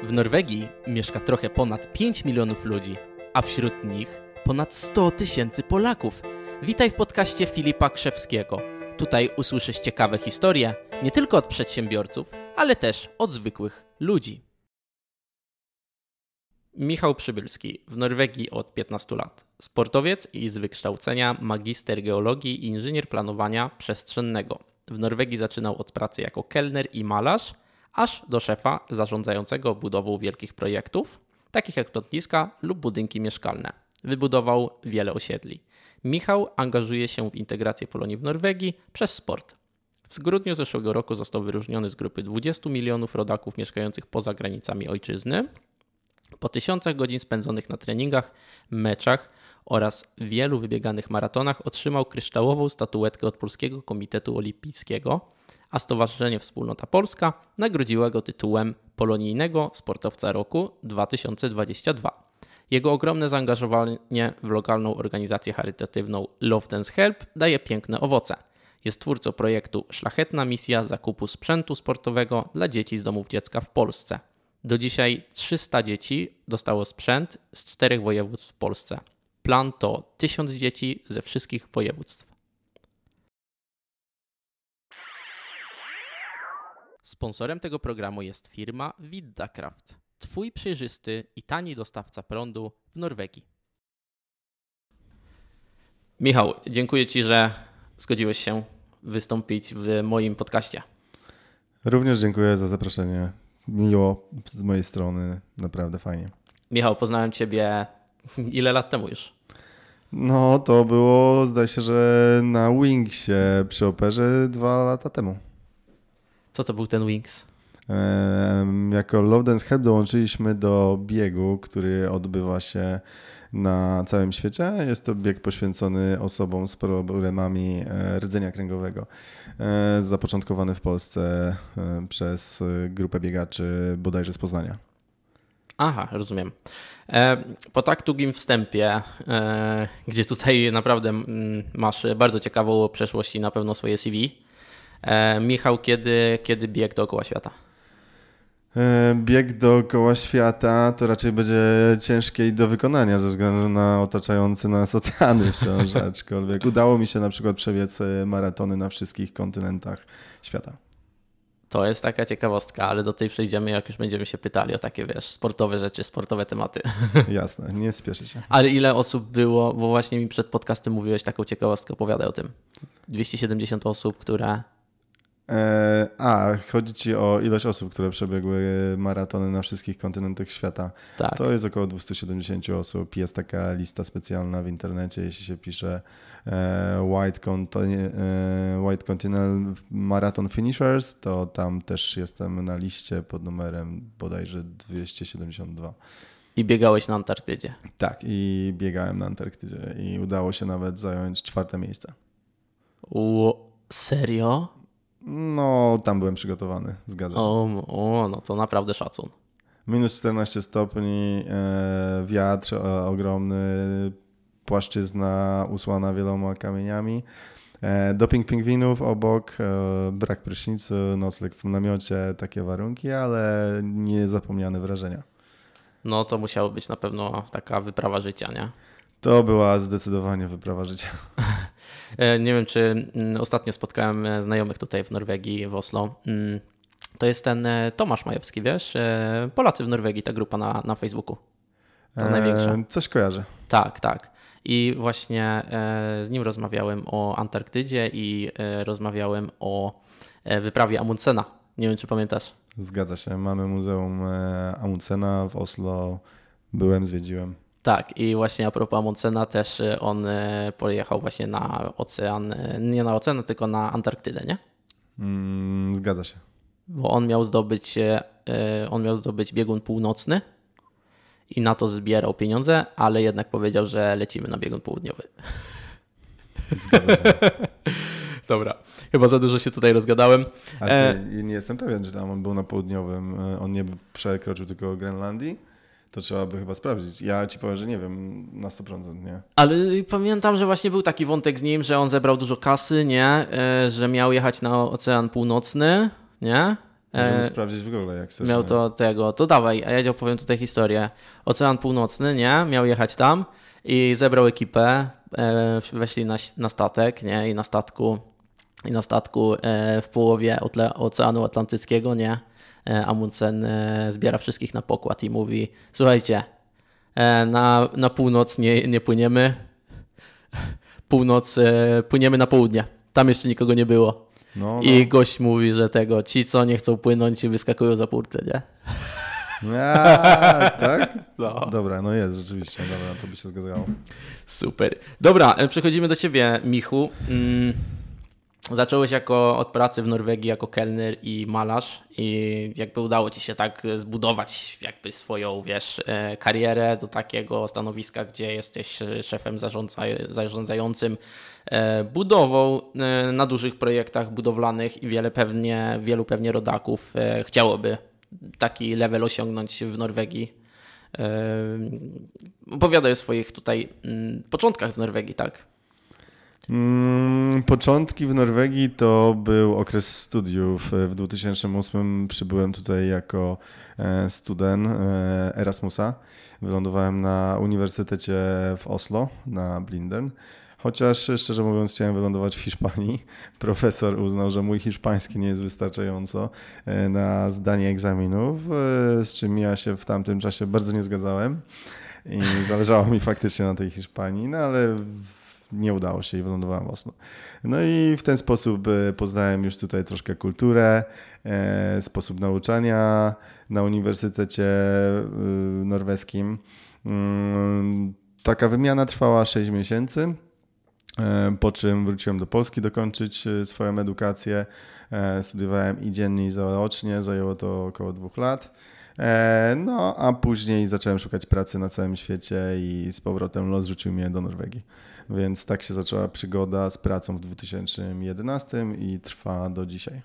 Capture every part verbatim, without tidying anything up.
W Norwegii mieszka trochę ponad pięć milionów ludzi, a wśród nich ponad sto tysięcy Polaków. Witaj w podcaście Filipa Krzewskiego. Tutaj usłyszysz ciekawe historie nie tylko od przedsiębiorców, ale też od zwykłych ludzi. Michał Przybylski, w Norwegii od piętnastu lat. Sportowiec i z wykształcenia magister geologii i inżynier planowania przestrzennego. W Norwegii zaczynał od pracy jako kelner i malarz, aż do szefa zarządzającego budową wielkich projektów, takich jak lotniska lub budynki mieszkalne. Wybudował wiele osiedli. Michał angażuje się w integrację Polonii w Norwegii przez sport. W grudniu zeszłego roku został wyróżniony z grupy dwudziestu milionów rodaków mieszkających poza granicami ojczyzny. Po tysiącach godzin spędzonych na treningach, meczach oraz wielu wybieganych maratonach otrzymał kryształową statuetkę od Polskiego Komitetu Olimpijskiego, a Stowarzyszenie Wspólnota Polska nagrodziło go tytułem Polonijnego Sportowca Roku dwa tysiące dwudziestego drugiego. Jego ogromne zaangażowanie w lokalną organizację charytatywną Love Dance Help daje piękne owoce. Jest twórcą projektu Szlachetna Misja zakupu sprzętu sportowego dla dzieci z domów dziecka w Polsce. Do dzisiaj trzysta dzieci dostało sprzęt z czterech województw w Polsce. Plan to tysiąc dzieci ze wszystkich województw. Sponsorem tego programu jest firma Viddakraft, twój przejrzysty i tani dostawca prądu w Norwegii. Michał, dziękuję Ci, że zgodziłeś się wystąpić w moim podcaście. Również dziękuję za zaproszenie. Miło z mojej strony, naprawdę fajnie. Michał, poznałem Ciebie ile lat temu już? No to było, zdaje się, że na Wingsie przy Operze dwa lata temu. Co to był ten Wings? Ehm, jako Love Dance Help dołączyliśmy do biegu, który odbywa się na całym świecie. Jest to bieg poświęcony osobom z problemami rdzenia kręgowego. Zapoczątkowany w Polsce przez grupę biegaczy bodajże z Poznania. Aha, rozumiem. Po tak długim wstępie, gdzie tutaj naprawdę masz bardzo ciekawą przeszłość i na pewno swoje C V. Michał, kiedy, kiedy bieg dookoła świata? Bieg dookoła świata to raczej będzie ciężkie i do wykonania ze względu na otaczające nas oceany wciąż, aczkolwiek udało mi się na przykład przebiec maratony na wszystkich kontynentach świata. To jest taka ciekawostka, ale do tej przejdziemy, jak już będziemy się pytali o takie, wiesz, sportowe rzeczy, sportowe tematy. Jasne, nie spieszę się. Ale ile osób było, bo właśnie mi przed podcastem mówiłeś taką ciekawostkę, opowiadaj o tym. dwieście siedemdziesiąt osób, które... A, chodzi Ci o ilość osób, które przebiegły maratony na wszystkich kontynentach świata. Tak. To jest około dwieście siedemdziesiąt osób. Jest taka lista specjalna w internecie, jeśli się pisze White, Conti- White Continental Marathon Finishers, to tam też jestem na liście pod numerem bodajże dwieście siedemdziesiąt dwa. I biegałeś na Antarktydzie. Tak, i biegałem na Antarktydzie i udało się nawet zająć czwarte miejsce. O, serio? No, tam byłem przygotowany, zgadza się. O, o, no to naprawdę szacun. Minus czternaście stopni, e, wiatr e, ogromny, płaszczyzna usłana wieloma kamieniami, e, doping pingwinów obok, e, brak prysznicy, nocleg w namiocie, takie warunki, ale niezapomniane wrażenia. No to musiało być na pewno taka wyprawa życia, nie? To była zdecydowanie wyprawa życia. Nie wiem, czy ostatnio spotkałem znajomych tutaj w Norwegii, w Oslo. To jest ten Tomasz Majewski, wiesz? Polacy w Norwegii, ta grupa na, na Facebooku. To największa. Coś kojarzę. Tak, tak. I właśnie z nim rozmawiałem o Antarktydzie i rozmawiałem o wyprawie Amundsena. Nie wiem, czy pamiętasz. Zgadza się. Mamy Muzeum Amundsena w Oslo. Byłem, zwiedziłem. Tak, i właśnie a propos Amundsena też on pojechał właśnie na ocean, nie na ocean, tylko na Antarktydę, nie? Mm, zgadza się. Bo on miał zdobyć, on miał zdobyć biegun północny i na to zbierał pieniądze, ale jednak powiedział, że lecimy na biegun południowy. Zgadza się. Dobra, chyba za dużo się tutaj rozgadałem. A ty, nie jestem pewien, że tam on był na południowym, on nie przekroczył tylko Grenlandii. To trzeba by chyba sprawdzić. Ja ci powiem, że nie wiem na sto procent, nie? Ale pamiętam, że właśnie był taki wątek z nim, że on zebrał dużo kasy, nie? Że miał jechać na Ocean Północny, nie? Możemy e, sprawdzić w ogóle, jak chcesz. Miał to tego, to dawaj, a ja ci opowiem tutaj historię. Ocean Północny, nie? Miał jechać tam i zebrał ekipę, e, weszli na, na statek, nie? I na statku, i na statku e, w połowie Oceanu Atlantyckiego, nie? E, Amundsen e, zbiera wszystkich na pokład i mówi: słuchajcie, e, na, na północ nie, nie płyniemy, północ e, płyniemy na południe. Tam jeszcze nikogo nie było. No, no. I gość mówi, że tego, ci co nie chcą płynąć wyskakują za burtę, nie? A, tak? No. Dobra, no jest rzeczywiście, dobra, to by się zgadzało. Super. Dobra, przechodzimy do ciebie, Michu. Mm. Zacząłeś jako od pracy w Norwegii jako kelner i malarz i jakby udało ci się tak zbudować jakby swoją, wiesz, karierę do takiego stanowiska, gdzie jesteś szefem zarządzającym budową na dużych projektach budowlanych i wiele pewnie, wielu pewnie rodaków chciałoby taki level osiągnąć w Norwegii. Opowiadaj o swoich tutaj początkach w Norwegii, tak? Hmm, początki w Norwegii to był okres studiów. W dwa tysiące ósmym przybyłem tutaj jako student Erasmusa. Wylądowałem na Uniwersytecie w Oslo, na Blindern. Chociaż szczerze mówiąc chciałem wylądować w Hiszpanii. Profesor uznał, że mój hiszpański nie jest wystarczająco na zdanie egzaminów, z czym ja się w tamtym czasie bardzo nie zgadzałem i zależało mi faktycznie na tej Hiszpanii, no ale nie udało się i wylądowałem w Oslo. No i w ten sposób poznałem już tutaj troszkę kulturę, sposób nauczania na Uniwersytecie Norweskim. Taka wymiana trwała sześć miesięcy. Po czym wróciłem do Polski dokończyć swoją edukację. Studiowałem i dziennie, i zaocznie. Zajęło to około dwóch lat. No a później zacząłem szukać pracy na całym świecie i z powrotem los rzucił mnie do Norwegii. Więc tak się zaczęła przygoda z pracą w dwa tysiące jedenastym i trwa do dzisiaj.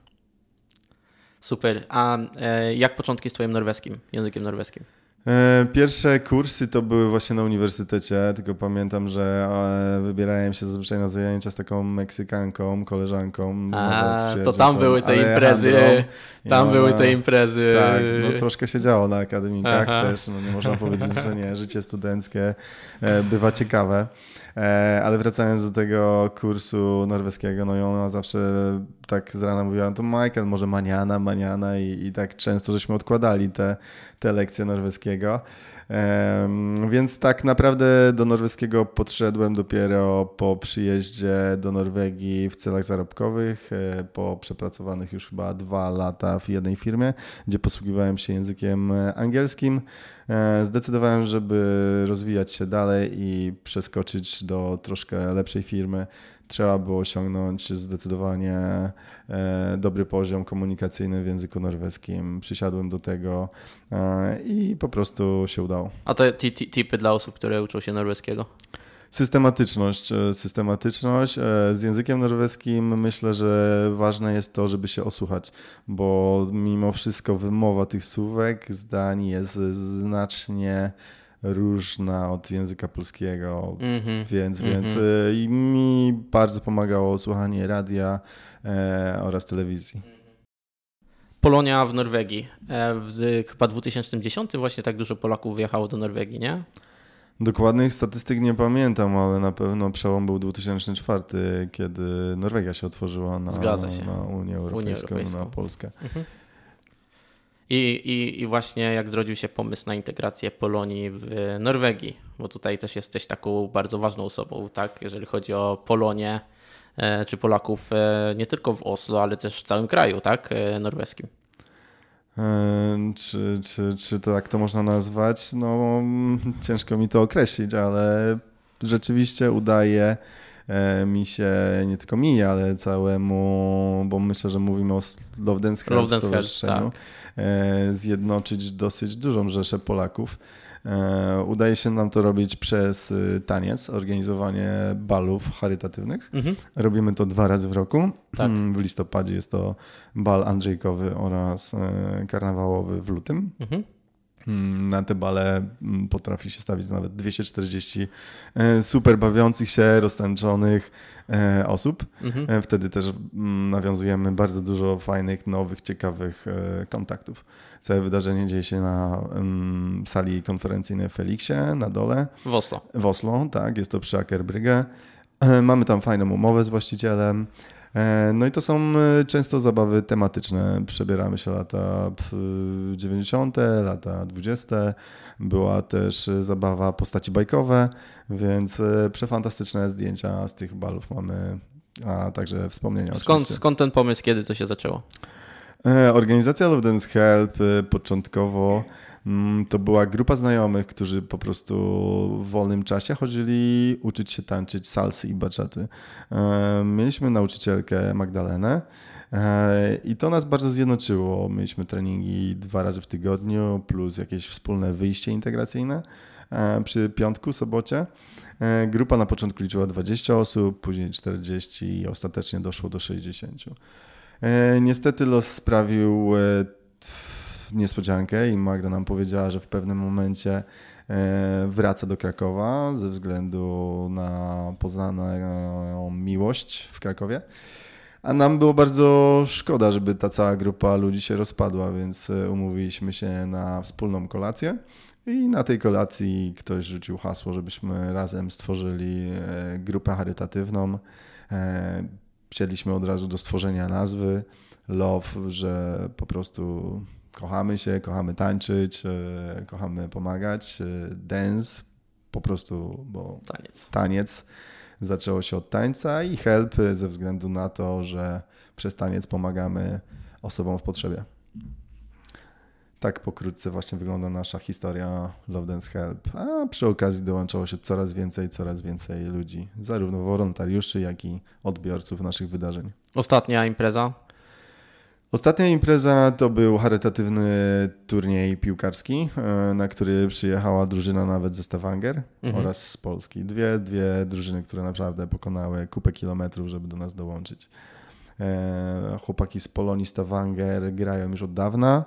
Super. A jak początki z twoim norweskim, językiem norweskim? Pierwsze kursy to były właśnie na uniwersytecie, tylko pamiętam, że wybierałem się zazwyczaj na zajęcia z taką Meksykanką, koleżanką. A, to tam były te imprezy. Tam no, były te imprezy. Tak, no troszkę się działo na akademikach. Aha. Też, no nie można powiedzieć, że nie. Życie studenckie bywa ciekawe. Ale wracając do tego kursu norweskiego, no i ona zawsze tak z rana mówiła, to Michael, może maniana, maniana i, i tak często żeśmy odkładali te, te lekcje norweskiego. Um, więc tak naprawdę do norweskiego podszedłem dopiero po przyjeździe do Norwegii w celach zarobkowych, po przepracowanych już chyba dwa lata w jednej firmie, gdzie posługiwałem się językiem angielskim. Zdecydowałem, żeby rozwijać się dalej i przeskoczyć do troszkę lepszej firmy. Trzeba było osiągnąć zdecydowanie dobry poziom komunikacyjny w języku norweskim. Przysiadłem do tego i po prostu się udało. A te tipy dla osób, które uczą się norweskiego? Systematyczność. Systematyczność. Z językiem norweskim myślę, że ważne jest to, żeby się osłuchać, bo mimo wszystko wymowa tych słówek, zdań jest znacznie różna od języka polskiego, mm-hmm. więc, mm-hmm. więc i mi bardzo pomagało słuchanie radia e, oraz telewizji. Polonia w Norwegii. W chyba dwa tysiące dziesiątym właśnie tak dużo Polaków wyjechało do Norwegii, nie? Dokładnych statystyk nie pamiętam, ale na pewno przełom był dwa tysiące czwarty, kiedy Norwegia się otworzyła na, Zgadza się. na Unię Europejską, Unię Europejską. na Polskę. Mhm. I, i, I właśnie jak zrodził się pomysł na integrację Polonii w Norwegii, bo tutaj też jesteś taką bardzo ważną osobą, tak? Jeżeli chodzi o Polonię e, czy Polaków e, nie tylko w Oslo, ale też w całym kraju, tak? E, norweskim. E, czy, czy, czy to tak to można nazwać? No ciężko mi to określić, ale rzeczywiście udaje mi się, nie tylko mi, ale całemu, bo myślę, że mówimy o Love Dance Hell stowarzyszeniu, tak. Zjednoczyć dosyć dużą rzeszę Polaków. Udaje się nam to robić przez taniec, organizowanie balów charytatywnych. Mhm. Robimy to dwa razy w roku. Tak. W listopadzie jest to bal andrzejkowy oraz karnawałowy w lutym. Mhm. Na te bale potrafi się stawić nawet dwieście czterdzieści super bawiących się, roztańczonych osób. Mhm. Wtedy też nawiązujemy bardzo dużo fajnych, nowych, ciekawych kontaktów. Całe wydarzenie dzieje się na um, sali konferencyjnej w Feliksie na dole. W Oslo. W Oslo, tak. Jest to przy Aker Brygge. Mamy tam fajną umowę z właścicielem. No i to są często zabawy tematyczne. Przebieramy się lata dziewięćdziesiąte, lata dwudzieste. Była też zabawa postaci bajkowe, więc przefantastyczne zdjęcia z tych balów mamy, a także wspomnienia. Skąd, skąd ten pomysł, kiedy to się zaczęło? Organizacja Love Dance Help początkowo to była grupa znajomych, którzy po prostu w wolnym czasie chodzili uczyć się tańczyć salsy i baczaty. Mieliśmy nauczycielkę Magdalenę i to nas bardzo zjednoczyło. Mieliśmy treningi dwa razy w tygodniu plus jakieś wspólne wyjście integracyjne przy piątku, sobocie. Grupa na początku liczyła dwadzieścia osób, później czterdzieści i ostatecznie doszło do sześćdziesięciu. Niestety los sprawił niespodziankę i Magda nam powiedziała, że w pewnym momencie wraca do Krakowa ze względu na poznaną miłość w Krakowie. A nam było bardzo szkoda, żeby ta cała grupa ludzi się rozpadła, więc umówiliśmy się na wspólną kolację i na tej kolacji ktoś rzucił hasło, żebyśmy razem stworzyli grupę charytatywną. Wsiedliśmy od razu do stworzenia nazwy Love, że po prostu kochamy się, kochamy tańczyć, kochamy pomagać. Dance po prostu, bo taniec. taniec zaczęło się od tańca i help ze względu na to, że przez taniec pomagamy osobom w potrzebie. Tak pokrótce właśnie wygląda nasza historia Love Dance Help, a przy okazji dołączało się coraz więcej, coraz więcej ludzi, zarówno wolontariuszy, jak i odbiorców naszych wydarzeń. Ostatnia impreza? Ostatnia impreza to był charytatywny turniej piłkarski, na który przyjechała drużyna nawet ze Stavanger mhm. oraz z Polski. Dwie, dwie drużyny, które naprawdę pokonały kupę kilometrów, żeby do nas dołączyć. Chłopaki z Polonii Stavanger grają już od dawna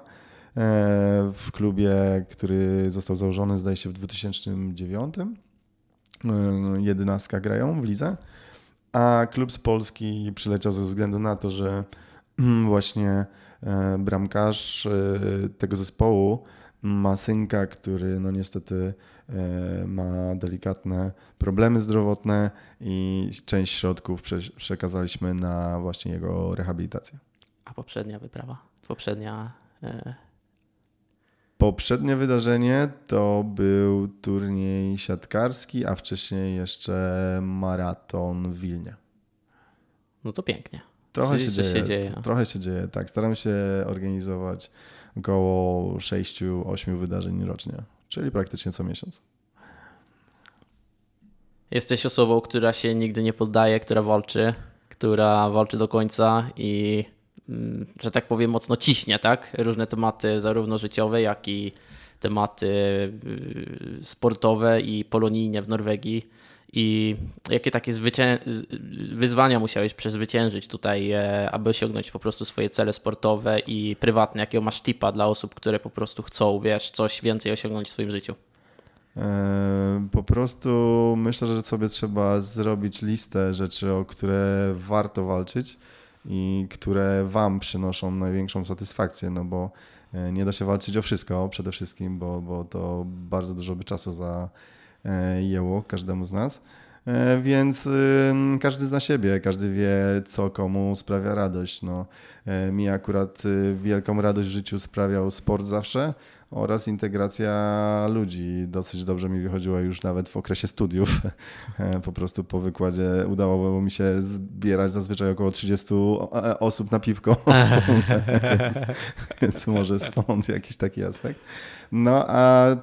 w klubie, który został założony zdaje się w dwa tysiące dziewiątym. Jedenastka grają w lidze, a klub z Polski przyleciał ze względu na to, że właśnie bramkarz tego zespołu ma synka, który no niestety ma delikatne problemy zdrowotne i część środków przekazaliśmy na właśnie jego rehabilitację. A poprzednia wyprawa? Poprzednia... Poprzednie wydarzenie to był turniej siatkarski, a wcześniej jeszcze maraton w Wilnie. No to pięknie. Trochę się dzieje, się dzieje. Trochę się dzieje, tak. Staram się organizować około sześć osiem wydarzeń rocznie, czyli praktycznie co miesiąc. Jesteś osobą, która się nigdy nie poddaje, która walczy, która walczy do końca i, że tak powiem, mocno ciśnie, tak? Różne tematy, zarówno życiowe, jak i tematy sportowe i polonijne w Norwegii. I jakie takie zwycię... wyzwania musiałeś przezwyciężyć tutaj, aby osiągnąć po prostu swoje cele sportowe i prywatne? Jakiego masz tipa dla osób, które po prostu chcą, wiesz, coś więcej osiągnąć w swoim życiu? Po prostu myślę, że sobie trzeba zrobić listę rzeczy, o które warto walczyć i które wam przynoszą największą satysfakcję, no bo nie da się walczyć o wszystko przede wszystkim, bo, bo to bardzo dużo by czasu zajęło każdemu z nas, więc każdy zna siebie, każdy wie, co komu sprawia radość. No, mi akurat wielką radość w życiu sprawiał sport zawsze oraz integracja ludzi. Dosyć dobrze mi wychodziła już nawet w okresie studiów. Po prostu po wykładzie udało mi się zbierać zazwyczaj około trzydzieści osób na piwko. więc, więc może stąd jakiś taki aspekt. No a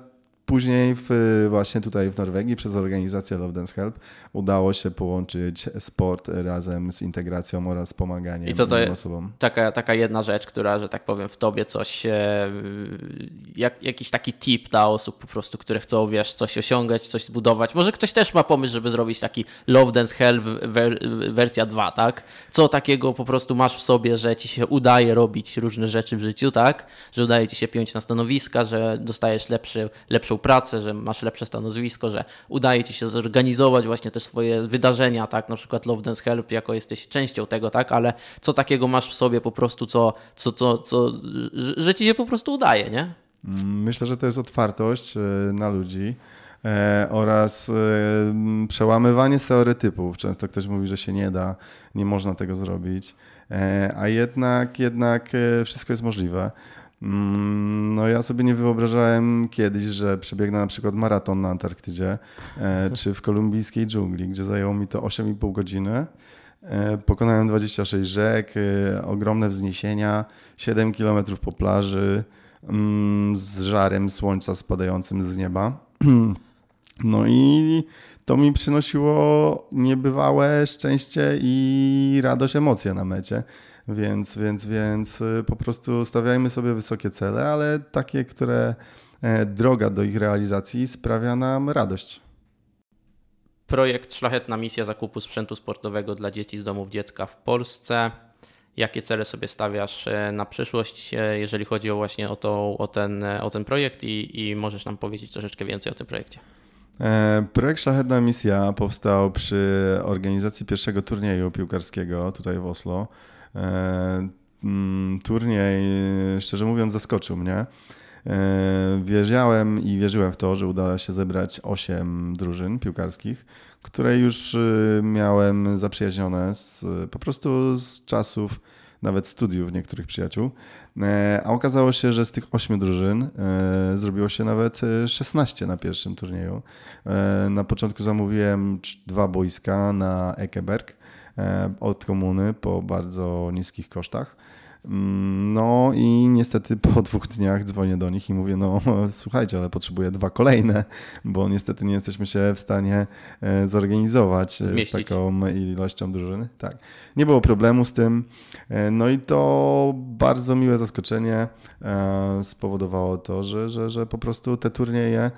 Później w, właśnie tutaj w Norwegii przez organizację Love Dance Help udało się połączyć sport razem z integracją oraz pomaganiem I co to innym osobom. Taka, taka jedna rzecz, która, że tak powiem, w tobie coś, jak, jakiś taki tip dla osób po prostu, które chcą, wiesz, coś osiągać, coś zbudować. Może ktoś też ma pomysł, żeby zrobić taki Love Dance Help wer- wersja dwa, tak? Co takiego po prostu masz w sobie, że ci się udaje robić różne rzeczy w życiu, tak? Że udaje ci się piąć na stanowiska, że dostajesz lepszy, lepszą pracę, że masz lepsze stanowisko, że udaje ci się zorganizować właśnie te swoje wydarzenia, tak? Na przykład Love Dance Help, jako jesteś częścią tego, tak? Ale co takiego masz w sobie po prostu, co, co, co, co że, że ci się po prostu udaje, nie? Myślę, że to jest otwartość na ludzi e, oraz e, przełamywanie stereotypów. Często ktoś mówi, że się nie da, nie można tego zrobić, e, a jednak, jednak wszystko jest możliwe. No ja sobie nie wyobrażałem kiedyś, że przebiegnę na przykład maraton na Antarktydzie e, czy w kolumbijskiej dżungli, gdzie zajęło mi to osiem i pół godziny. E, pokonałem dwadzieścia sześć rzek, e, ogromne wzniesienia, siedem kilometrów po plaży mm, z żarem słońca spadającym z nieba. No i to mi przynosiło niebywałe szczęście i radość, emocje na mecie. Więc, więc, więc po prostu stawiajmy sobie wysokie cele, ale takie, które droga do ich realizacji sprawia nam radość. Projekt Szlachetna Misja Zakupu Sprzętu Sportowego dla dzieci z domów dziecka w Polsce. Jakie cele sobie stawiasz na przyszłość, jeżeli chodzi o właśnie o, to, o, ten, o ten projekt i, i możesz nam powiedzieć troszeczkę więcej o tym projekcie? Projekt Szlachetna Misja powstał przy organizacji pierwszego turnieju piłkarskiego tutaj w Oslo. Turniej, szczerze mówiąc, zaskoczył mnie. Wierzyłem i wierzyłem w to, że udało się zebrać osiem drużyn piłkarskich, które już miałem zaprzyjaźnione z, po prostu z czasów nawet studiów niektórych przyjaciół. A okazało się, że z tych ośmiu drużyn zrobiło się nawet szesnaście na pierwszym turnieju. Na początku zamówiłem dwa boiska na Ekeberg od komuny po bardzo niskich kosztach. No i niestety po dwóch dniach dzwonię do nich i mówię, no słuchajcie, ale potrzebuję dwa kolejne, bo niestety nie jesteśmy się w stanie zorganizować Zmieścić. z taką ilością drużyny. Tak. Nie było problemu z tym. No i to bardzo miłe zaskoczenie spowodowało to, że, że, że po prostu te turnieje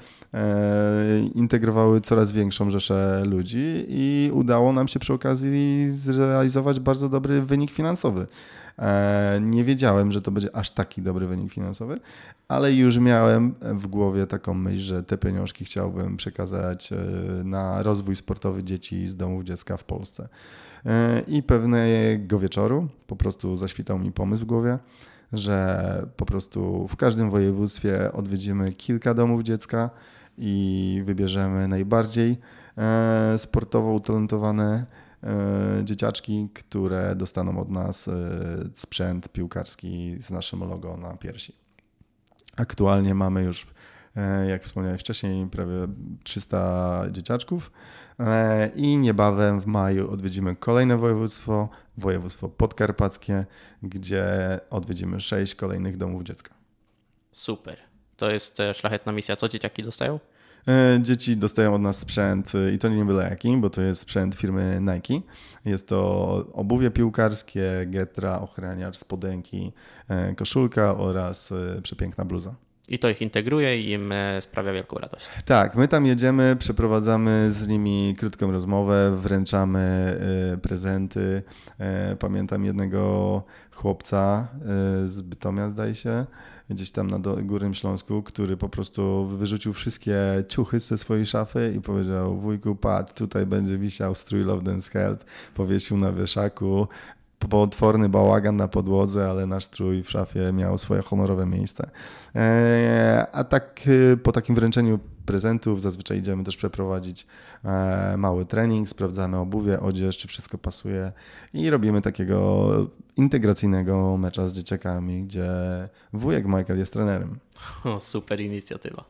integrowały coraz większą rzeszę ludzi i udało nam się przy okazji zrealizować bardzo dobry wynik finansowy. Nie wiedziałem, że to będzie aż taki dobry wynik finansowy, ale już miałem w głowie taką myśl, że te pieniążki chciałbym przekazać na rozwój sportowy dzieci z domów dziecka w Polsce. I pewnego wieczoru po prostu zaświtał mi pomysł w głowie, że po prostu w każdym województwie odwiedzimy kilka domów dziecka i wybierzemy najbardziej sportowo utalentowane dzieciaczki, które dostaną od nas sprzęt piłkarski z naszym logo na piersi. Aktualnie mamy już, jak wspomniałem wcześniej, prawie trzysta dzieciaczków i niebawem w maju odwiedzimy kolejne województwo, województwo podkarpackie, gdzie odwiedzimy sześć kolejnych domów dziecka. Super. To jest szlachetna misja. Co dzieciaki dostają? Dzieci dostają od nas sprzęt i to nie byle jaki, bo to jest sprzęt firmy Nike. Jest to obuwie piłkarskie, getra, ochraniacz, spodenki, koszulka oraz przepiękna bluza. I to ich integruje i im sprawia wielką radość. Tak, my tam jedziemy, przeprowadzamy z nimi krótką rozmowę, wręczamy prezenty. Pamiętam jednego chłopca z Bytomia, zdaje się, gdzieś tam na Górnym Śląsku, który po prostu wyrzucił wszystkie ciuchy ze swojej szafy i powiedział: wujku, patrz, tutaj będzie wisiał strój Love Dance Help, powiesił na wieszaku, potworny bałagan na podłodze, ale nasz strój w szafie miał swoje honorowe miejsce. A tak po takim wręczeniu prezentów zazwyczaj idziemy też przeprowadzić mały trening, sprawdzamy obuwie, odzież, czy wszystko pasuje i robimy takiego integracyjnego mecza z dzieciakami, gdzie wujek Michael jest trenerem. O, super inicjatywa.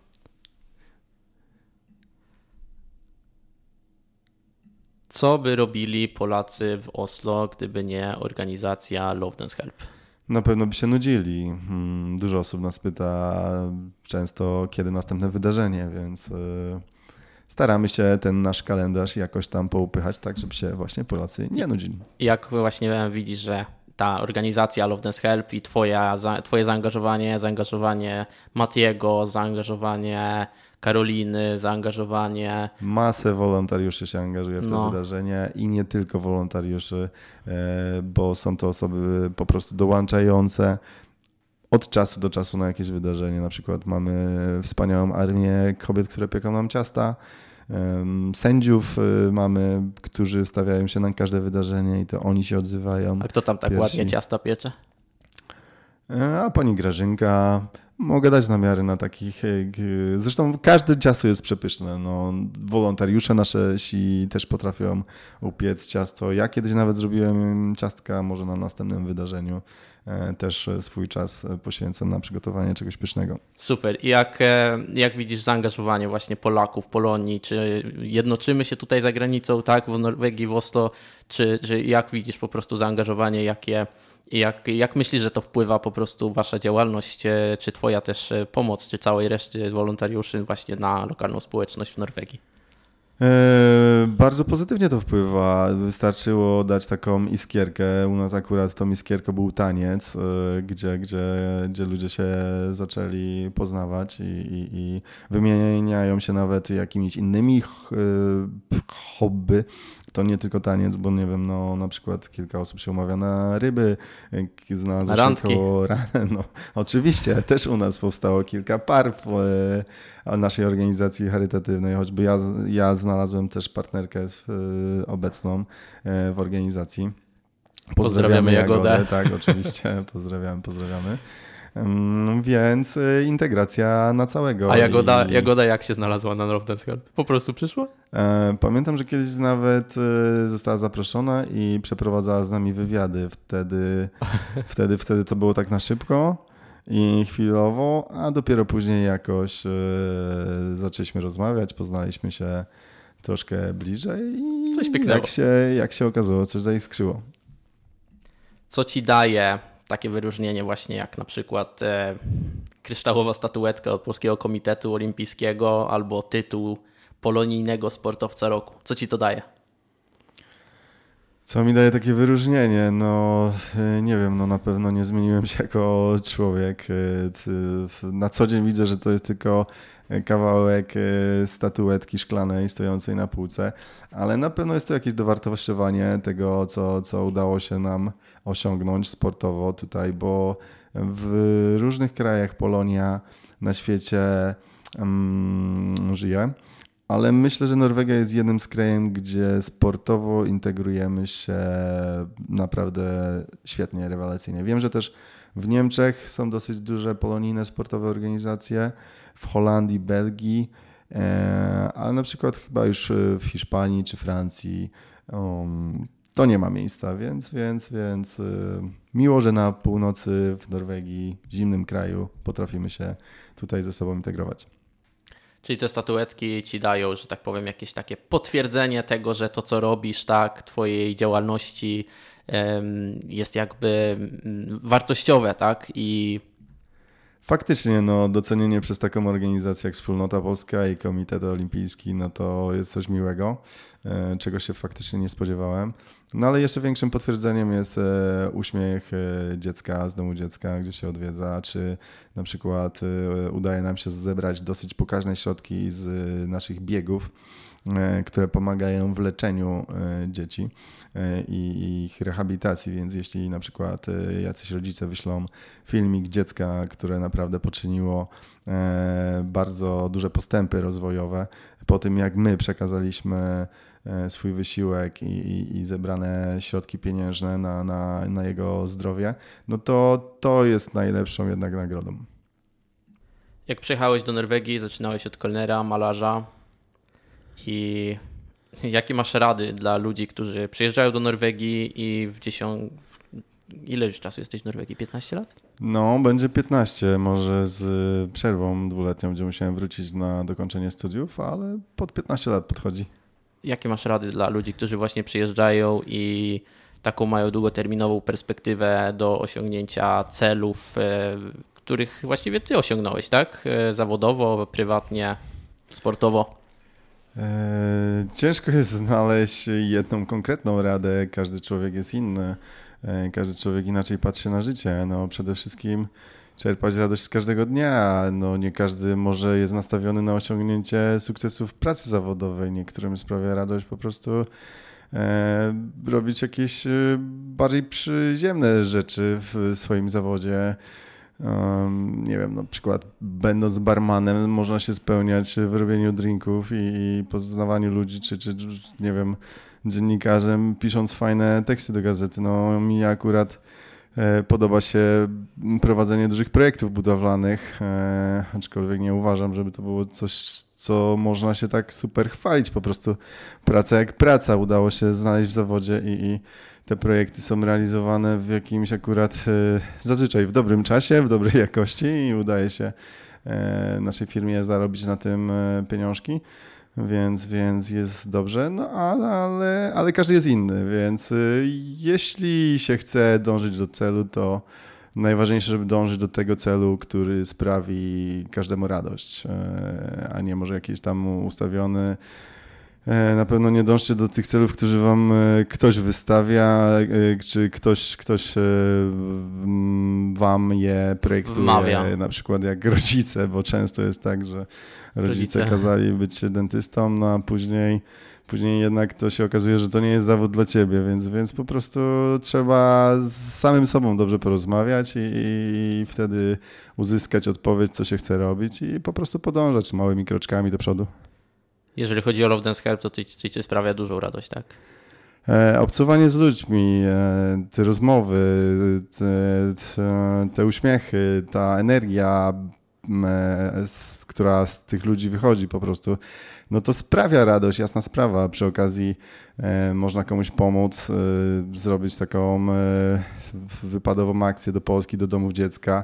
Co by robili Polacy w Oslo, gdyby nie organizacja Love Dance Help? Na pewno by się nudzili. Dużo osób nas pyta często, kiedy następne wydarzenie, więc staramy się ten nasz kalendarz jakoś tam poupychać tak, żeby się właśnie Polacy nie nudzili. Jak właśnie widzisz, że ta organizacja Love Dance Help i twoja, twoje zaangażowanie, zaangażowanie Matiego, zaangażowanie Karoliny, zaangażowanie... Masę wolontariuszy się angażuje w to no. wydarzenie i nie tylko wolontariuszy, bo są to osoby po prostu dołączające od czasu do czasu na jakieś wydarzenie. Na przykład mamy wspaniałą armię kobiet, które pieką nam ciasta, sędziów mamy, którzy stawiają się na każde wydarzenie i to oni się odzywają. A kto tam tak pierwsi. ładnie ciasta piecze? A pani Grażynka... Mogę dać namiary na takich, zresztą każde ciasto jest przepyszne. No, wolontariusze nasi też potrafią upiec ciasto. Ja kiedyś nawet zrobiłem ciastka, może na następnym wydarzeniu też swój czas poświęcę na przygotowanie czegoś pysznego. Super. I jak, jak widzisz zaangażowanie właśnie Polaków, Polonii? Czy jednoczymy się tutaj za granicą, tak, w Norwegii, w Oslo? Czy, czy jak widzisz po prostu zaangażowanie, jakie I jak, jak myślisz, że to wpływa po prostu wasza działalność, czy twoja też pomoc, czy całej reszty wolontariuszy właśnie na lokalną społeczność w Norwegii? E, bardzo pozytywnie to wpływa. Wystarczyło dać taką iskierkę. U nas akurat tą iskierką był taniec, e, gdzie, gdzie, gdzie ludzie się zaczęli poznawać i, i, i wymieniają się nawet jakimiś innymi ch, hobby. To nie tylko taniec, bo nie wiem, no na przykład kilka osób się umawia na ryby, znalazło się randki. Koło, no oczywiście, też u nas powstało kilka par w e, naszej organizacji charytatywnej, choćby ja, ja znalazłem też partnerkę w, e, obecną e, w organizacji. Pozdrawiamy, pozdrawiamy Jagodę. Jagodę. Tak, oczywiście, pozdrawiamy, pozdrawiamy. Więc integracja na całego. A Jagoda, I... Jagoda jak się znalazła na Love Dance Help? Po prostu przyszła? Pamiętam, że kiedyś nawet została zaproszona i przeprowadzała z nami wywiady. Wtedy, wtedy, wtedy to było tak na szybko i chwilowo, a dopiero później jakoś zaczęliśmy rozmawiać, poznaliśmy się troszkę bliżej i coś pięknego. Jak się, jak się okazało, coś zaiskrzyło. Co ci daje takie wyróżnienie właśnie jak na przykład e, kryształowa statuetka od Polskiego Komitetu Olimpijskiego albo tytuł polonijnego sportowca roku? Co ci to daje? Co mi daje takie wyróżnienie? No nie wiem, no na pewno nie zmieniłem się jako człowiek. Na co dzień widzę, że to jest tylko kawałek statuetki szklanej stojącej na półce, ale na pewno jest to jakieś dowartościowanie tego, co, co udało się nam osiągnąć sportowo tutaj, bo w różnych krajach Polonia na świecie um, żyje. Ale myślę, że Norwegia jest jednym z krajów, gdzie sportowo integrujemy się naprawdę świetnie, rewelacyjnie. Wiem, że też w Niemczech są dosyć duże polonijne sportowe organizacje, w Holandii, Belgii, ale na przykład chyba już w Hiszpanii czy Francji um, to nie ma miejsca, więc, więc, więc miło, że na północy w Norwegii, zimnym kraju, potrafimy się tutaj ze sobą integrować. Czyli te statuetki ci dają, że tak powiem, jakieś takie potwierdzenie tego, że to, co robisz, tak, twojej działalności jest jakby wartościowe, tak? I faktycznie, no, docenienie przez taką organizację jak Wspólnota Polska i Komitet Olimpijski, no to jest coś miłego, czego się faktycznie nie spodziewałem. No ale jeszcze większym potwierdzeniem jest uśmiech dziecka z domu dziecka, gdzie się odwiedza, czy na przykład udaje nam się zebrać dosyć pokaźne środki z naszych biegów, które pomagają w leczeniu dzieci i ich rehabilitacji, więc jeśli na przykład jacyś rodzice wyślą filmik dziecka, które naprawdę poczyniło bardzo duże postępy rozwojowe po tym, jak my przekazaliśmy swój wysiłek i, i, i zebrane środki pieniężne na, na, na jego zdrowie, no to to jest najlepszą jednak nagrodą. Jak przyjechałeś do Norwegii, zaczynałeś od kelnera, malarza i jakie masz rady dla ludzi, którzy przyjeżdżają do Norwegii i w dziesiąt... Ile już czasu jesteś w Norwegii? piętnaście lat? No, będzie piętnaście, może z przerwą dwuletnią, gdzie musiałem wrócić na dokończenie studiów, ale pod piętnaście lat podchodzi. Jakie masz rady dla ludzi, którzy właśnie przyjeżdżają i taką mają długoterminową perspektywę do osiągnięcia celów, których właściwie ty osiągnąłeś, tak? Zawodowo, prywatnie, sportowo. Eee, ciężko jest znaleźć jedną konkretną radę. Każdy człowiek jest inny. Eee, każdy człowiek inaczej patrzy na życie. No, przede wszystkim czerpać radość z każdego dnia. No, nie każdy może jest nastawiony na osiągnięcie sukcesu w pracy zawodowej. Niektórym sprawia radość po prostu e, robić jakieś bardziej przyziemne rzeczy w swoim zawodzie. Um, nie wiem, na przykład będąc barmanem można się spełniać w robieniu drinków i, i poznawaniu ludzi, czy, czy nie wiem, dziennikarzem pisząc fajne teksty do gazety. No mi akurat e, podoba się prowadzenie dużych projektów budowlanych, e, aczkolwiek nie uważam, żeby to było coś, co można się tak super chwalić. Po prostu praca jak praca udało się znaleźć w zawodzie i, i te projekty są realizowane w jakimś akurat zazwyczaj w dobrym czasie, w dobrej jakości i udaje się naszej firmie zarobić na tym pieniążki, więc, więc jest dobrze, no ale, ale, ale każdy jest inny, więc jeśli się chce dążyć do celu, to najważniejsze, żeby dążyć do tego celu, który sprawi każdemu radość, a nie może jakiś tam ustawiony. Na pewno nie dążcie do tych celów, którzy wam ktoś wystawia, czy ktoś, ktoś wam je projektuje, Wmawia. Na przykład jak rodzice, bo często jest tak, że rodzice, Rodzice. kazali być dentystą, no a później, później jednak to się okazuje, że to nie jest zawód dla ciebie, więc, więc po prostu trzeba z samym sobą dobrze porozmawiać i, i wtedy uzyskać odpowiedź, co się chce robić i po prostu podążać małymi kroczkami do przodu. Jeżeli chodzi o Love Dance Help, to to ci sprawia dużą radość, tak? E, obcowanie z ludźmi, e, te rozmowy, te, te, te uśmiechy, ta energia, e, z, która z tych ludzi wychodzi po prostu, no to sprawia radość, jasna sprawa. Przy okazji e, można komuś pomóc, e, zrobić taką e, wypadową akcję do Polski, do domów dziecka.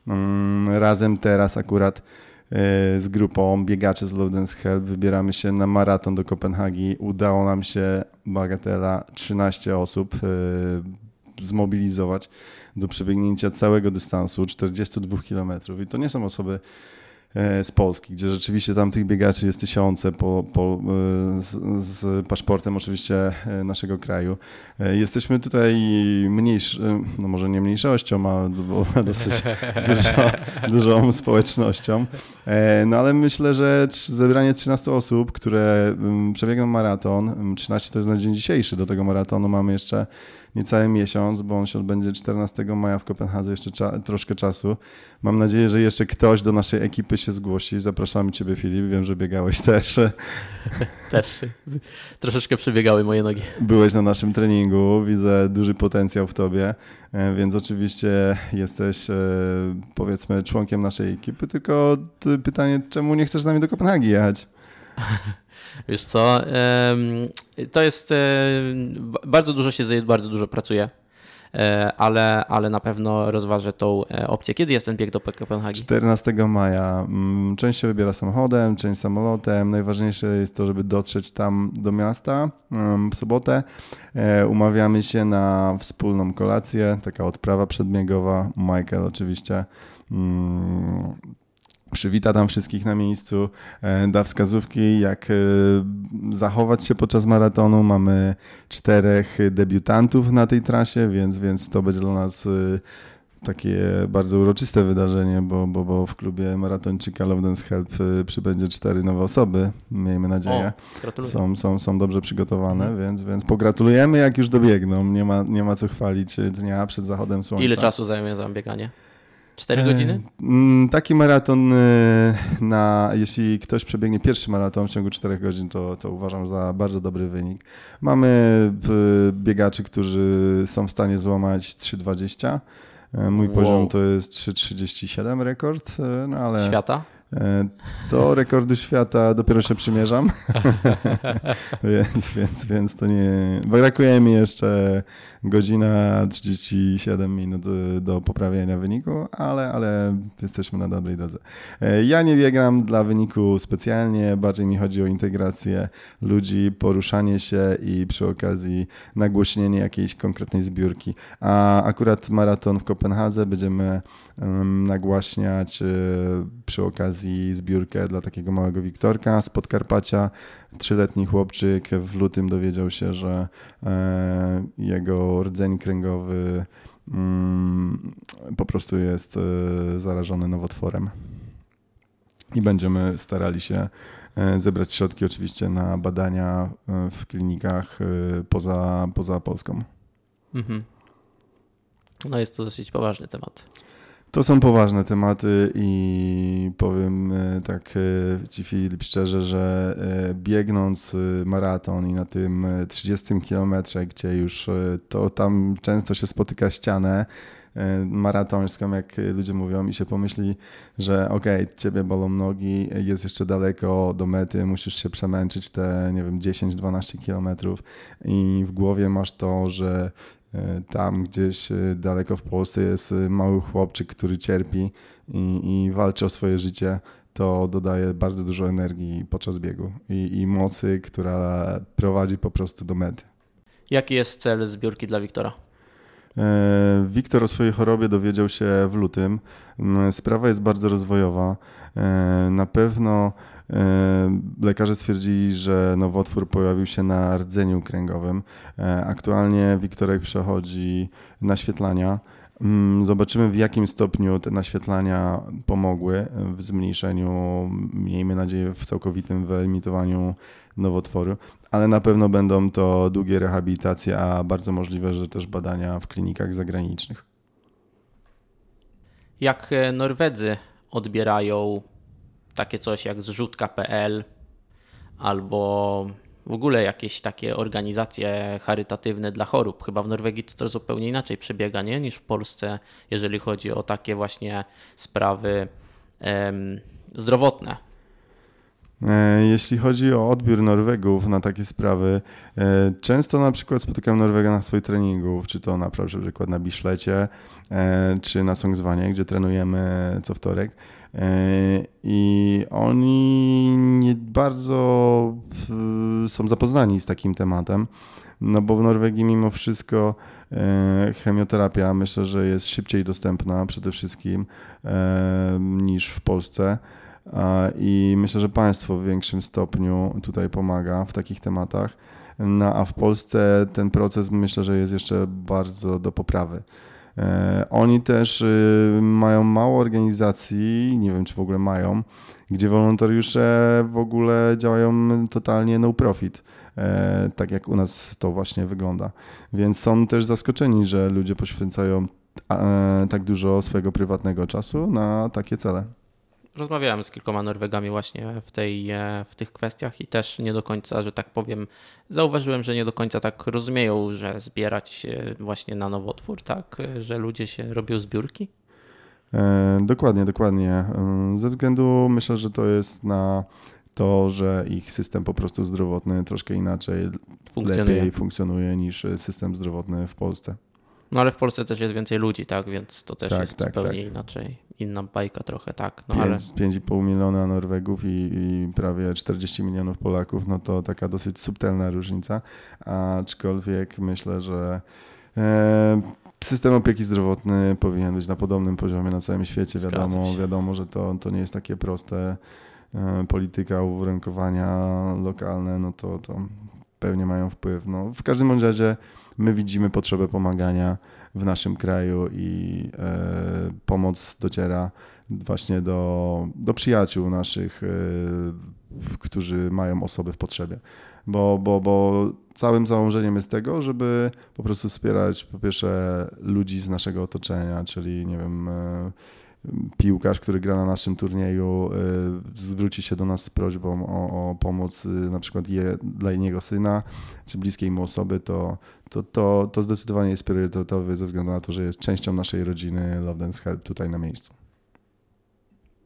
E, razem teraz akurat z grupą biegaczy z Love Dance Help wybieramy się na maraton do Kopenhagi. Udało nam się, bagatela, trzynaście osób zmobilizować do przebiegnięcia całego dystansu czterdzieści dwa kilometrów. I to nie są osoby z Polski, gdzie rzeczywiście tam tych biegaczy jest tysiące po, po, z, z paszportem oczywiście naszego kraju. Jesteśmy tutaj mniejszy, no może nie mniejszością, a dosyć dużo, dużą społecznością. No ale myślę, że zebranie trzynastu osób, które przebiegną maraton, trzynaście to jest na dzień dzisiejszy, do tego maratonu mamy jeszcze niecały miesiąc, bo on się odbędzie czternastego maja w Kopenhadze, jeszcze cza- troszkę czasu. Mam nadzieję, że jeszcze ktoś do naszej ekipy się zgłosi. Zapraszamy Ciebie, Filip, wiem, że biegałeś też. Też. Troszeczkę przebiegały moje nogi. Byłeś na naszym treningu, widzę duży potencjał w Tobie, więc oczywiście jesteś, powiedzmy, członkiem naszej ekipy, tylko pytanie, czemu nie chcesz z nami do Kopenhagi jechać? Wiesz co, to jest, bardzo dużo się dzieje, bardzo dużo pracuję, ale, ale na pewno rozważę tą opcję. Kiedy jest ten bieg do Kopenhagi? czternastego maja. Część się wybiera samochodem, część samolotem. Najważniejsze jest to, żeby dotrzeć tam do miasta w sobotę. Umawiamy się na wspólną kolację, taka odprawa przedbiegowa. Michael oczywiście przywita tam wszystkich na miejscu, da wskazówki, jak zachować się podczas maratonu. Mamy czterech debiutantów na tej trasie, więc, więc to będzie dla nas takie bardzo uroczyste wydarzenie, bo, bo, bo w klubie maratończyka Love Dance Help przybędzie cztery nowe osoby, miejmy nadzieję. O, są, są, są dobrze przygotowane, hmm. więc, więc pogratulujemy, jak już dobiegną. Nie ma, nie ma co chwalić dnia przed zachodem słońca. Ile czasu zajmie za bieganie? cztery godziny? Taki maraton, na, jeśli ktoś przebiegnie pierwszy maraton w ciągu czterech godzin, to, to uważam za bardzo dobry wynik. Mamy biegaczy, którzy są w stanie złamać trzy dwadzieścia. Mój wow. poziom to jest trzy trzydzieści siedem rekord. No ale, Świata? Do rekordu świata dopiero się przymierzam, więc, więc, więc to nie... Brakuje mi jeszcze godzina trzydzieści siedem minut do poprawienia wyniku, ale, ale jesteśmy na dobrej drodze. Ja nie biegam dla wyniku specjalnie, bardziej mi chodzi o integrację ludzi, poruszanie się i przy okazji nagłośnienie jakiejś konkretnej zbiórki. A akurat maraton w Kopenhadze będziemy um, nagłaśniać um, przy okazji zbiórkę dla takiego małego Wiktorka z Podkarpacia. Trzyletni chłopczyk w lutym dowiedział się, że e, jego rdzeń kręgowy mm, po prostu jest e, zarażony nowotworem. I będziemy starali się e, zebrać środki oczywiście na badania e, w klinikach e, poza, poza Polską. Mhm. No jest to dosyć poważny temat. To są poważne tematy i powiem tak Ci, Filip, szczerze, że biegnąc maraton i na tym trzydziestym kilometrze, gdzie już to tam często się spotyka ścianę maratońską, jak ludzie mówią, i się pomyśli, że okej, okay, ciebie bolą nogi, jest jeszcze daleko do mety, musisz się przemęczyć te, nie wiem, dziesięć dwanaście kilometrów i w głowie masz to, że tam gdzieś daleko w Polsce jest mały chłopczyk, który cierpi i, i walczy o swoje życie, to dodaje bardzo dużo energii podczas biegu i, i mocy, która prowadzi po prostu do mety. Jaki jest cel zbiórki dla Wiktora? Wiktor o swojej chorobie dowiedział się w lutym. Sprawa jest bardzo rozwojowa. Na pewno lekarze stwierdzili, że nowotwór pojawił się na rdzeniu kręgowym. Aktualnie Wiktorek przechodzi naświetlania. Zobaczymy, w jakim stopniu te naświetlania pomogły w zmniejszeniu, miejmy nadzieję, w całkowitym wyeliminowaniu nowotworu, ale na pewno będą to długie rehabilitacje, a bardzo możliwe, że też badania w klinikach zagranicznych. Jak Norwedzy odbierają takie coś jak zrzutka kropka pe el albo w ogóle jakieś takie organizacje charytatywne dla chorób? Chyba w Norwegii to, to zupełnie inaczej przebiega, nie? Niż w Polsce, jeżeli chodzi o takie właśnie sprawy em, zdrowotne. Jeśli chodzi o odbiór Norwegów na takie sprawy, często na przykład spotykam Norwega na swoich treningów, czy to na przykład na Bislecie, czy na Sognsvanie, gdzie trenujemy co wtorek. I oni nie bardzo są zapoznani z takim tematem, no bo w Norwegii mimo wszystko chemioterapia myślę, że jest szybciej dostępna przede wszystkim niż w Polsce. I myślę, że państwo w większym stopniu tutaj pomaga w takich tematach, no, a w Polsce ten proces myślę, że jest jeszcze bardzo do poprawy. Oni też mają mało organizacji, nie wiem czy w ogóle mają, gdzie wolontariusze w ogóle działają totalnie no profit, tak jak u nas to właśnie wygląda. Więc są też zaskoczeni, że ludzie poświęcają tak dużo swojego prywatnego czasu na takie cele. Rozmawiałem z kilkoma Norwegami właśnie w, tej, w tych kwestiach i też nie do końca, że tak powiem, zauważyłem, że nie do końca tak rozumieją, że zbierać się właśnie na nowotwór, tak, że ludzie się robią zbiórki. E, dokładnie, dokładnie. Ze względu myślę, że to jest na to, że ich system po prostu zdrowotny troszkę inaczej, funkcjonuje. lepiej funkcjonuje niż system zdrowotny w Polsce. No ale w Polsce też jest więcej ludzi, tak, więc to też tak, jest tak, zupełnie tak. inaczej, inna bajka trochę, tak. No, pięć i pół miliona Norwegów i, i prawie czterdzieści milionów Polaków, no to taka dosyć subtelna różnica, aczkolwiek myślę, że e, system opieki zdrowotnej powinien być na podobnym poziomie na całym świecie. Wiadomo, wiadomo, że to, to nie jest takie proste. E, polityka uwarunkowania lokalne, no to, to pewnie mają wpływ. No, w każdym bądź razie my widzimy potrzebę pomagania w naszym kraju i e, pomoc dociera właśnie do, do przyjaciół naszych, e, którzy mają osoby w potrzebie. Bo, bo, bo całym założeniem jest tego, żeby po prostu wspierać po pierwsze ludzi z naszego otoczenia, czyli nie wiem, e, piłkarz, który gra na naszym turnieju, zwróci się do nas z prośbą o, o pomoc na przykład je, dla jego syna czy bliskiej mu osoby, to, to, to, to zdecydowanie jest priorytetowy ze względu na to, że jest częścią naszej rodziny Love Dance Help tutaj na miejscu.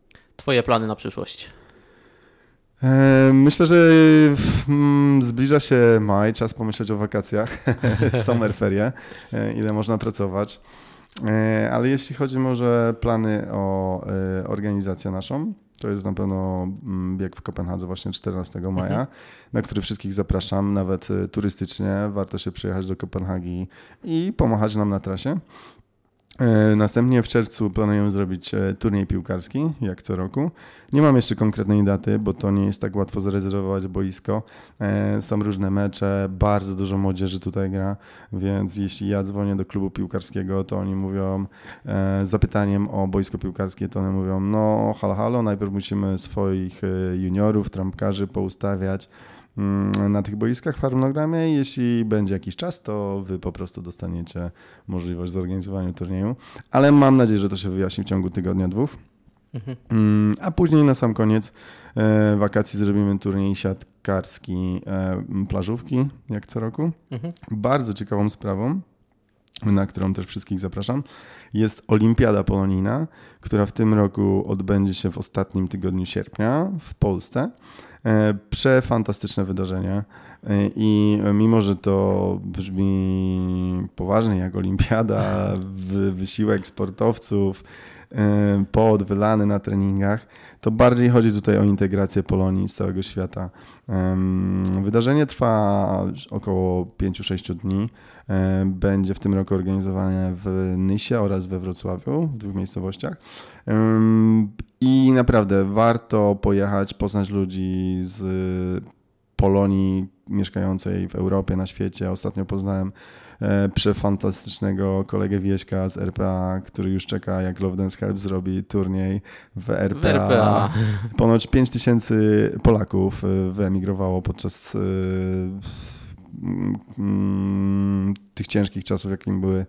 Twoje plany na przyszłość? Myślę, że zbliża się maj, czas pomyśleć o wakacjach, summer ferie, ile można pracować. Ale jeśli chodzi może plany o organizację naszą, to jest na pewno bieg w Kopenhadze właśnie czternastego maja, mhm. na który wszystkich zapraszam, nawet turystycznie. Warto się przyjechać do Kopenhagi i pomachać nam na trasie. Następnie w czerwcu planuję zrobić turniej piłkarski, jak co roku. Nie mam jeszcze konkretnej daty, bo to nie jest tak łatwo zarezerwować boisko. Są różne mecze, bardzo dużo młodzieży tutaj gra, więc jeśli ja dzwonię do klubu piłkarskiego, to oni mówią z zapytaniem o boisko piłkarskie, to oni mówią, no halo, halo, najpierw musimy swoich juniorów, trampkarzy poustawiać na tych boiskach w harmonogramie. Jeśli będzie jakiś czas, to wy po prostu dostaniecie możliwość zorganizowania turnieju, ale mam nadzieję, że to się wyjaśni w ciągu tygodnia, dwóch. Mhm. A później na sam koniec e, wakacji zrobimy turniej siatkarski e, plażówki, jak co roku. Mhm. Bardzo ciekawą sprawą, na którą też wszystkich zapraszam, jest Olimpiada Polonijna, która w tym roku odbędzie się w ostatnim tygodniu sierpnia w Polsce. Przefantastyczne wydarzenie i mimo, że to brzmi poważnie jak olimpiada, wysiłek sportowców, pot wylany na treningach, to bardziej chodzi tutaj o integrację Polonii z całego świata. Wydarzenie trwa około pięć do sześciu dni. Będzie w tym roku organizowane w Nysie oraz we Wrocławiu, w dwóch miejscowościach. I naprawdę warto pojechać, poznać ludzi z Polonii mieszkającej w Europie, na świecie. Ostatnio poznałem przefantastycznego kolegę Wieśka z R P A, który już czeka, jak Love Dance Help zrobi turniej w R P A. W R P A. Ponoć pięć tysięcy Polaków wyemigrowało podczas tych ciężkich czasów, jakim były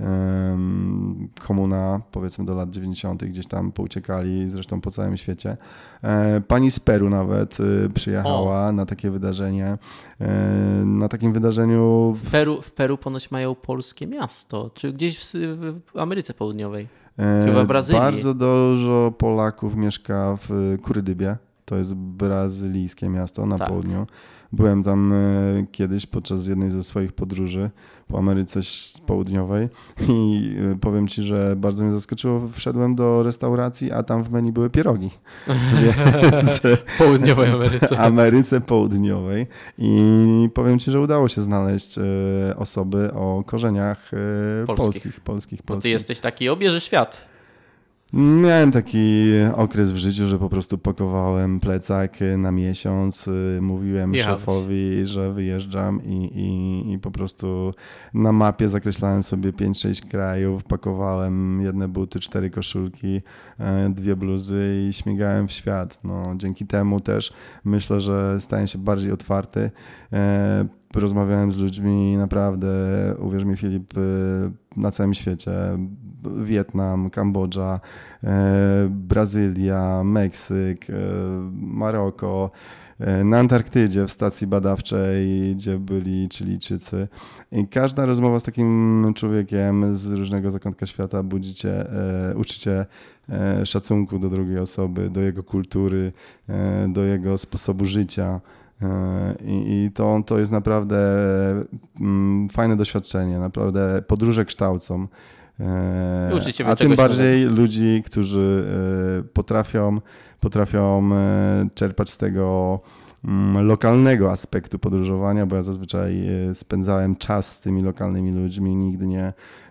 komuna, powiedzmy do lat dziewięćdziesiątych, gdzieś tam pouciekali, zresztą po całym świecie. Pani z Peru nawet przyjechała o. na takie wydarzenie. Na takim wydarzeniu... W Peru, w Peru ponoć mają polskie miasto, czy gdzieś w, w Ameryce Południowej, chyba w Brazylii. Bardzo dużo Polaków mieszka w Kurydybie. To jest brazylijskie miasto na tak. południu. Byłem tam kiedyś podczas jednej ze swoich podróży po Ameryce Południowej i powiem ci, że bardzo mnie zaskoczyło. Wszedłem do restauracji, a tam w menu były pierogi. Więc w południowej Ameryce. Ameryce Południowej i powiem ci, że udało się znaleźć osoby o korzeniach polskich. polskich, polskich, Bo ty jesteś taki obieży świat. Miałem taki okres w życiu, że po prostu pakowałem plecak na miesiąc, mówiłem Jechałeś. szefowi, że wyjeżdżam i, i, i po prostu na mapie zakreślałem sobie pięć sześć krajów, pakowałem jedne buty, cztery koszulki, dwie bluzy i śmigałem w świat. No, dzięki temu też myślę, że stałem się bardziej otwarty. Rozmawiałem z ludźmi naprawdę, uwierz mi Filip, na całym świecie. Wietnam, Kambodża, Brazylia, Meksyk, Maroko, na Antarktydzie w stacji badawczej, gdzie byli Chilijczycy. I każda rozmowa z takim człowiekiem z różnego zakątka świata budzi cię, uczy cię szacunku do drugiej osoby, do jego kultury, do jego sposobu życia. I, i to, to jest naprawdę fajne doświadczenie, naprawdę podróże kształcą. A tym bardziej nowego. Ludzi, którzy potrafią, potrafią czerpać z tego lokalnego aspektu podróżowania, bo ja zazwyczaj spędzałem czas z tymi lokalnymi ludźmi, nigdy nie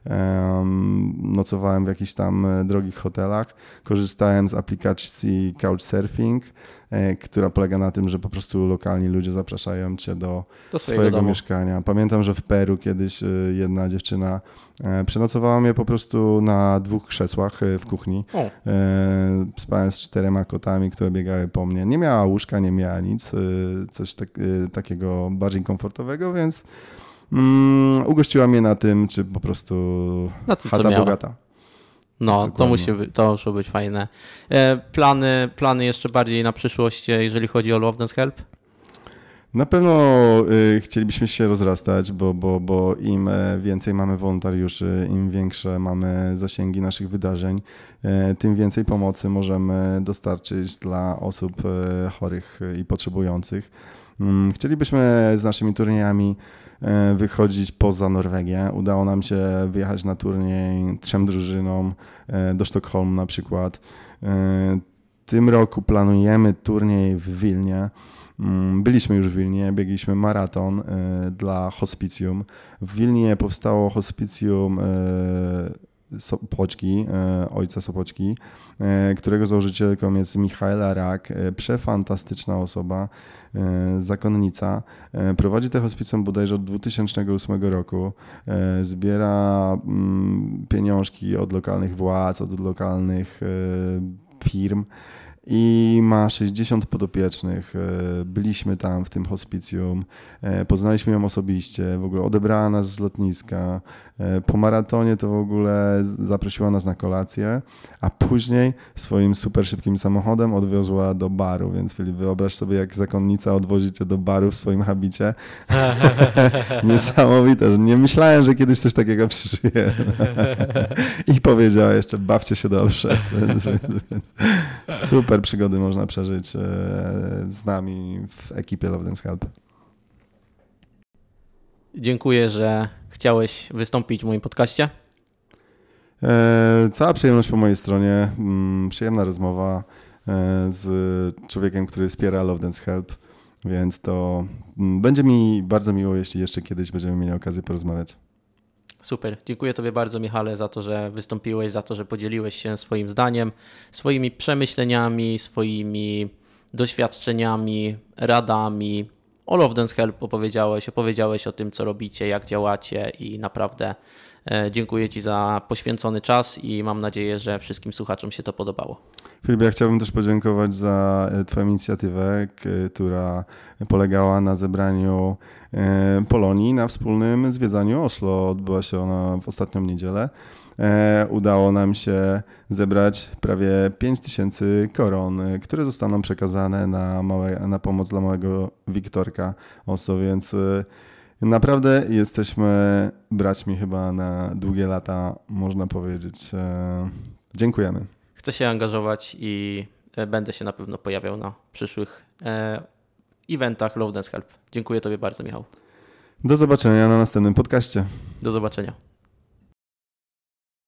nocowałem w jakichś tam drogich hotelach. Korzystałem z aplikacji Couchsurfing, która polega na tym, że po prostu lokalni ludzie zapraszają cię do, do swojego, swojego mieszkania. Pamiętam, że w Peru kiedyś jedna dziewczyna przenocowała mnie po prostu na dwóch krzesłach w kuchni. O. Spałem z czterema kotami, które biegały po mnie. Nie miała łóżka, nie miała nic, coś tak, takiego bardziej komfortowego, więc um, ugościła mnie na tym, czy po prostu na tym, chata bogata. No, to musi być, to muszą być fajne. Plany, plany jeszcze bardziej na przyszłość, jeżeli chodzi o Love Dance Help? Na pewno y, chcielibyśmy się rozrastać, bo, bo, bo im więcej mamy wolontariuszy, im większe mamy zasięgi naszych wydarzeń, y, tym więcej pomocy możemy dostarczyć dla osób y, chorych i potrzebujących. Y, chcielibyśmy z naszymi turniejami y, wychodzić poza Norwegię. Udało nam się wyjechać na turniej trzem drużynom y, do Sztokholmu na przykład. Y, w tym roku planujemy turniej w Wilnie. Byliśmy już w Wilnie, biegliśmy maraton y, dla hospicjum. W Wilnie powstało hospicjum y, Sopoćki, y, ojca Sopoćki, y, którego założycielką jest Michaela Rak, y, przefantastyczna osoba, y, zakonnica. Y, prowadzi te hospicjum bodajże od dwa tysiące ósmego roku. Y, zbiera y, pieniążki od lokalnych władz, od lokalnych y, firm. I ma sześćdziesiąt podopiecznych. Byliśmy tam w tym hospicjum, poznaliśmy ją osobiście, w ogóle odebrała nas z lotniska. Po maratonie to w ogóle zaprosiła nas na kolację, a później swoim super szybkim samochodem odwiozła do baru, więc Filip, wyobraź sobie, jak zakonnica odwozi cię do baru w swoim habicie. Niesamowite, że nie myślałem, że kiedyś coś takiego przeżyję. I powiedziała jeszcze, bawcie się dobrze. Super przygody można przeżyć z nami w ekipie Love Dance Help. Dziękuję, że chciałeś wystąpić w moim podcaście. Cała przyjemność po mojej stronie. Przyjemna rozmowa z człowiekiem, który wspiera Love Dance Help, więc to będzie mi bardzo miło, jeśli jeszcze kiedyś będziemy mieli okazję porozmawiać. Super. Dziękuję Tobie bardzo, Michale, za to, że wystąpiłeś, za to, że podzieliłeś się swoim zdaniem, swoimi przemyśleniami, swoimi doświadczeniami, radami. O Love Dance Help opowiedziałeś, opowiedziałeś o tym, co robicie, jak działacie i naprawdę dziękuję Ci za poświęcony czas i mam nadzieję, że wszystkim słuchaczom się to podobało. Filip, ja chciałbym też podziękować za Twoją inicjatywę, która polegała na zebraniu Polonii na wspólnym zwiedzaniu Oslo. Odbyła się ona w ostatnią niedzielę. Udało nam się zebrać prawie pięć tysięcy koron, które zostaną przekazane na, małe, na pomoc dla małego Wiktorka Oslo, więc naprawdę jesteśmy braćmi chyba na długie lata, można powiedzieć. Dziękujemy. Chcę się angażować i będę się na pewno pojawiał na przyszłych eventach Love Dance Help. Dziękuję Tobie bardzo, Michał. Do zobaczenia na następnym podcaście. Do zobaczenia.